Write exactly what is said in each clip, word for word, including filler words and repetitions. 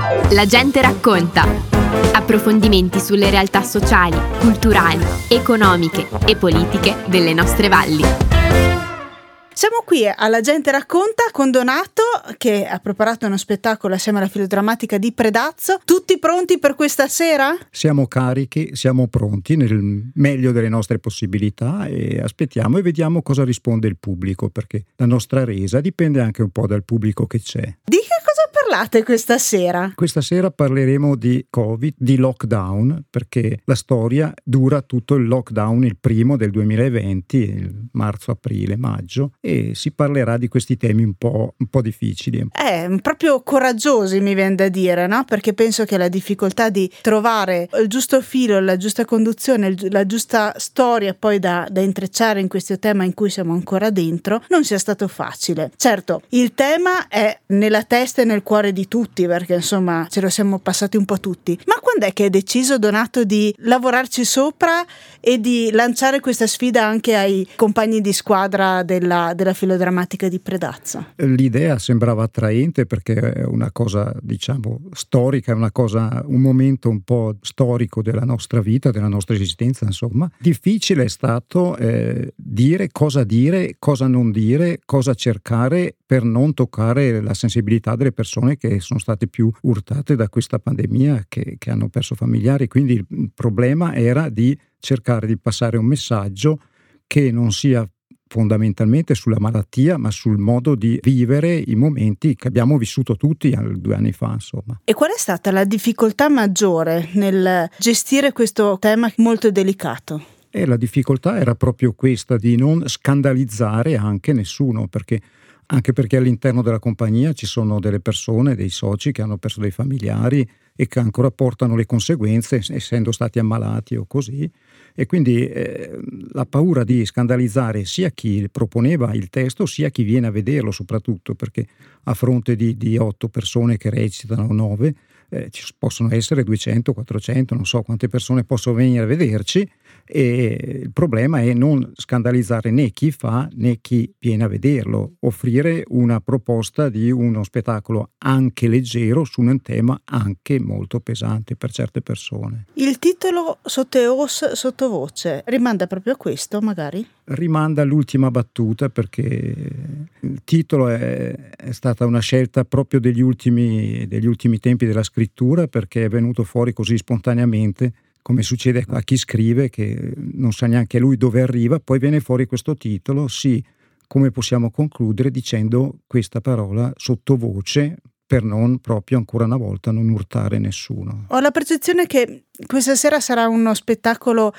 La gente racconta. Approfondimenti sulle realtà sociali, culturali, economiche e politiche delle nostre valli. Siamo qui alla Gente Racconta con Donato, che ha preparato uno spettacolo assieme alla filodrammatica di Predazzo. Tutti pronti per questa sera? Siamo carichi, siamo pronti nel meglio delle nostre possibilità e aspettiamo e vediamo cosa risponde il pubblico, perché la nostra resa dipende anche un po' dal pubblico che c'è. Di che cosa parlate questa sera? Questa sera parleremo di Covid, di lockdown, perché la storia dura tutto il lockdown, il primo del duemilaventi, il marzo, aprile, maggio, e si parlerà di questi temi un po', un po' difficili. Eh, proprio coraggiosi mi viene da dire, no? Perché penso che la difficoltà di trovare il giusto filo, la giusta conduzione, la giusta storia poi da, da intrecciare in questo tema in cui siamo ancora dentro non sia stato facile. Certo, il tema è nella testa e nel cuore di tutti, perché insomma ce lo siamo passati un po' tutti. Ma quando è che hai deciso, Donato, di lavorarci sopra e di lanciare questa sfida anche ai compagni di squadra della, della filodrammatica di Predazzo? L'idea sembrava attraente perché è una cosa, diciamo, storica, è una cosa, un momento un po' storico della nostra vita, della nostra esistenza, insomma. Difficile è stato eh, dire cosa dire, cosa non dire, cosa cercare per non toccare la sensibilità delle persone che sono state più urtate da questa pandemia, che, che hanno perso familiari. Quindi il problema era di cercare di passare un messaggio che non sia fondamentalmente sulla malattia, ma sul modo di vivere i momenti che abbiamo vissuto tutti due anni fa, insomma. E qual è stata la difficoltà maggiore nel gestire questo tema molto delicato? E la difficoltà era proprio questa, di non scandalizzare anche nessuno, perché anche perché all'interno della compagnia ci sono delle persone, dei soci che hanno perso dei familiari e che ancora portano le conseguenze essendo stati ammalati o così, e quindi eh, la paura di scandalizzare sia chi proponeva il testo sia chi viene a vederlo, soprattutto perché a fronte di, di otto persone che recitano, nove, eh, ci possono essere duecento, quattrocento, non so quante persone possono venire a vederci, e il problema è non scandalizzare né chi fa né chi viene a vederlo, offrire una proposta di uno spettacolo anche leggero su un tema anche molto pesante per certe persone. Il titolo Sotteos sottovoce rimanda proprio a questo, magari? Rimanda all'ultima battuta, perché il titolo è, è stata una scelta proprio degli ultimi, degli ultimi tempi della scrittura, perché è venuto fuori così spontaneamente, come succede a chi scrive che non sa neanche lui dove arriva, poi viene fuori questo titolo. Sì, come possiamo concludere dicendo questa parola sottovoce, per non proprio ancora una volta non urtare nessuno. Ho la percezione che questa sera sarà uno spettacolo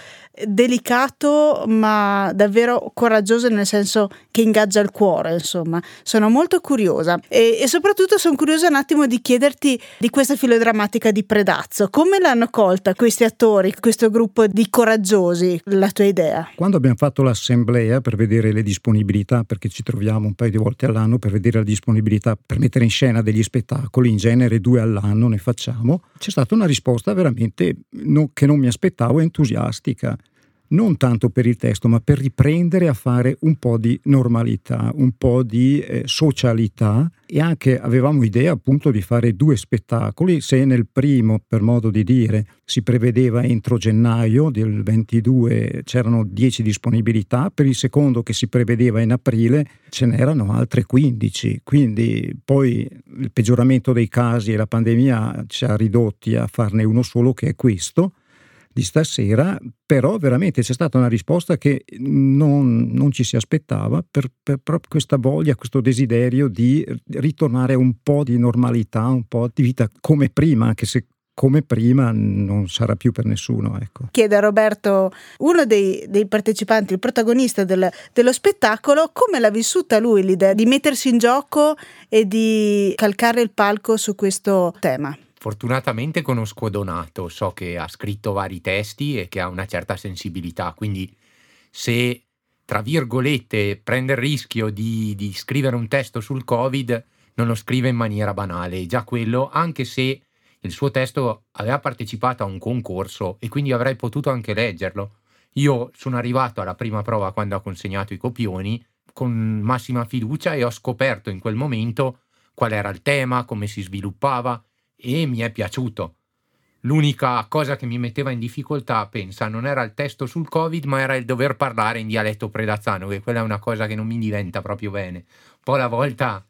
delicato ma davvero coraggioso, nel senso che ingaggia il cuore, insomma. Sono molto curiosa e, e soprattutto sono curiosa un attimo di chiederti di questa filodrammatica di Predazzo. Come l'hanno colta questi attori, questo gruppo di coraggiosi, la tua idea? Quando abbiamo fatto l'assemblea per vedere le disponibilità, perché ci troviamo un paio di volte all'anno per vedere la disponibilità per mettere in scena degli spettacoli, in genere due all'anno ne facciamo, c'è stata una risposta veramente no, che non mi aspettavo, entusiastica. Non tanto per il testo, ma per riprendere a fare un po' di normalità, un po' di eh, socialità, e anche avevamo idea appunto di fare due spettacoli. Se nel primo, per modo di dire, si prevedeva entro gennaio del ventidue c'erano dieci disponibilità, per il secondo, che si prevedeva in aprile, ce n'erano altre quindici. Quindi poi il peggioramento dei casi e la pandemia ci ha ridotti a farne uno solo, che è questo di stasera, però veramente c'è stata una risposta che non, non ci si aspettava, per, per proprio questa voglia, questo desiderio di ritornare a un po' di normalità, un po' di vita come prima, anche se come prima non sarà più per nessuno, ecco. Chiede a Roberto, uno dei, dei partecipanti, il protagonista del, dello spettacolo, come l'ha vissuta lui l'idea di mettersi in gioco e di calcare il palco su questo tema. Fortunatamente conosco Donato, so che ha scritto vari testi e che ha una certa sensibilità, quindi se, tra virgolette, prende il rischio di, di scrivere un testo sul Covid, non lo scrive in maniera banale, già quello, anche se il suo testo aveva partecipato a un concorso e quindi avrei potuto anche leggerlo. Io sono arrivato alla prima prova quando ha consegnato i copioni con massima fiducia e ho scoperto in quel momento qual era il tema, come si sviluppava, e mi è piaciuto. L'unica cosa che mi metteva in difficoltà, pensa, non era il testo sul Covid, ma era il dover parlare in dialetto predazzano, che quella è una cosa che non mi diventa proprio bene. Un po' alla volta,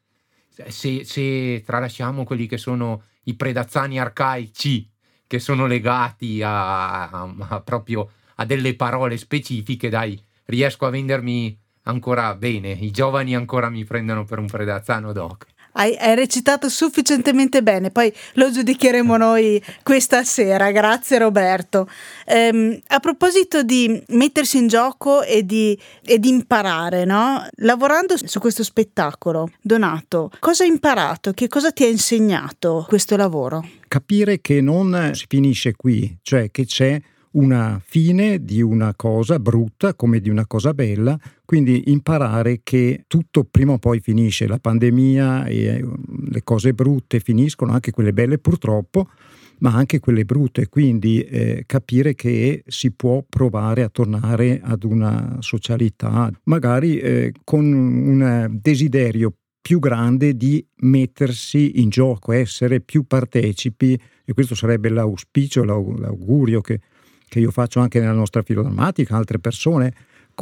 se, se tralasciamo quelli che sono i predazzani arcaici, che sono legati a, a, a proprio a delle parole specifiche, dai, riesco a vendermi ancora bene. I giovani ancora mi prendono per un predazzano doc. Hai, hai recitato sufficientemente bene, poi lo giudicheremo noi questa sera. Grazie Roberto. Ehm, a proposito di mettersi in gioco e di, e di imparare, no? Lavorando su questo spettacolo, Donato, cosa hai imparato? Che cosa ti ha insegnato questo lavoro? Capire che non si finisce qui, cioè che c'è una fine di una cosa brutta come di una cosa bella, quindi imparare che tutto prima o poi finisce, la pandemia e le cose brutte finiscono, anche quelle belle purtroppo, ma anche quelle brutte, quindi eh, capire che si può provare a tornare ad una socialità, magari eh, con un desiderio più grande di mettersi in gioco, essere più partecipi, e questo sarebbe l'auspicio, l'augurio che che io faccio anche nella nostra filodrammatica, altre persone,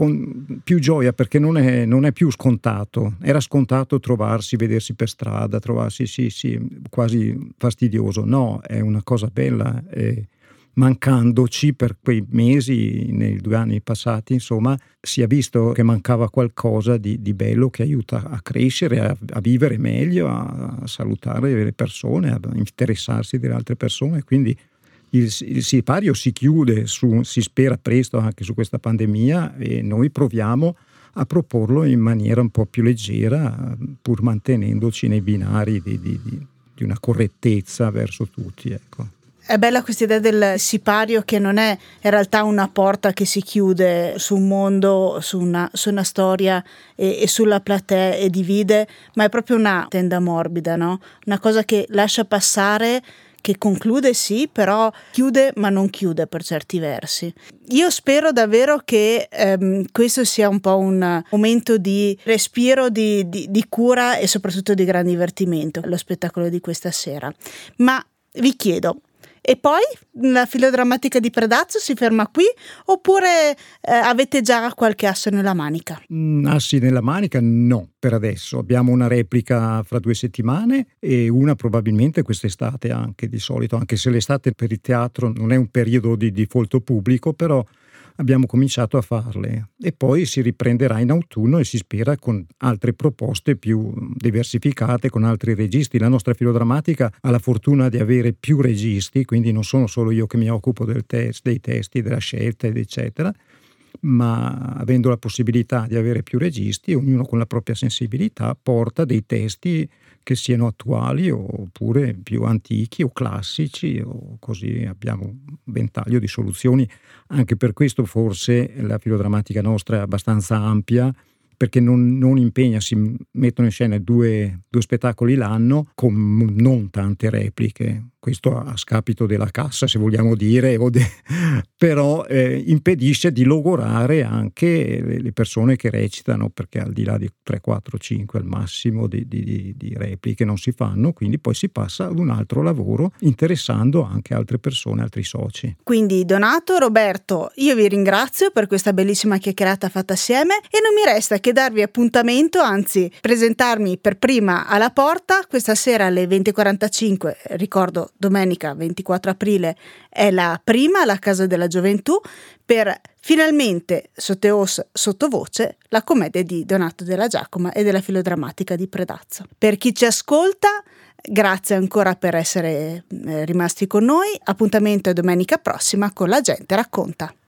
con più gioia, perché non è, non è più scontato. Era scontato trovarsi, vedersi per strada, trovarsi sì, sì, quasi fastidioso. No, è una cosa bella. Eh, mancandoci per quei mesi, nei due anni passati, insomma, si è visto che mancava qualcosa di, di bello che aiuta a crescere, a, a vivere meglio, a, a salutare le persone, a interessarsi delle altre persone, quindi Il, il sipario si chiude, su, si spera presto anche su questa pandemia, e noi proviamo a proporlo in maniera un po' più leggera, pur mantenendoci nei binari di, di, di, di una correttezza verso tutti, ecco. È bella questa idea del sipario, che non è in realtà una porta che si chiude su un mondo, su una, su una storia e, e sulla platea e divide, ma è proprio una tenda morbida, no? Una cosa che lascia passare, che conclude sì, però chiude ma non chiude per certi versi. Io spero davvero che ehm, questo sia un po' un momento di respiro, di, di, di cura e soprattutto di gran divertimento, lo spettacolo di questa sera. Ma vi chiedo, e poi la filodrammatica di Predazzo si ferma qui, oppure eh, avete già qualche asso nella manica? Mm, assi nella manica no, per adesso. Abbiamo una replica fra due settimane e una probabilmente quest'estate anche, di solito, anche se l'estate per il teatro non è un periodo di, di folto pubblico, però abbiamo cominciato a farle, e poi si riprenderà in autunno e si spera con altre proposte più diversificate, con altri registi. La nostra filodrammatica ha la fortuna di avere più registi, quindi non sono solo io che mi occupo del test, dei testi, della scelta eccetera, ma avendo la possibilità di avere più registi, ognuno con la propria sensibilità porta dei testi che siano attuali oppure più antichi o classici, o così abbiamo un ventaglio di soluzioni. Anche per questo forse la filodrammatica nostra è abbastanza ampia, perché non, non impegna, si mettono in scena due, due spettacoli l'anno con non tante repliche. Questo a scapito della cassa, se vogliamo dire, o de... però eh, impedisce di logorare anche le, le persone che recitano, perché al di là di tre, quattro, cinque al massimo di, di, di repliche non si fanno, quindi poi si passa ad un altro lavoro interessando anche altre persone, altri soci. Quindi Donato, Roberto, io vi ringrazio per questa bellissima chiacchierata fatta assieme, e non mi resta che darvi appuntamento, anzi presentarmi per prima alla Porta questa sera alle venti e quarantacinque, ricordo domenica ventiquattro aprile è la prima, la Casa della Gioventù, per finalmente sotteos sottovoce la commedia di Donato Della Giacomo e della filodrammatica di Predazzo. Per chi ci ascolta, grazie ancora per essere eh, rimasti con noi. Appuntamento è domenica prossima con La Gente Racconta.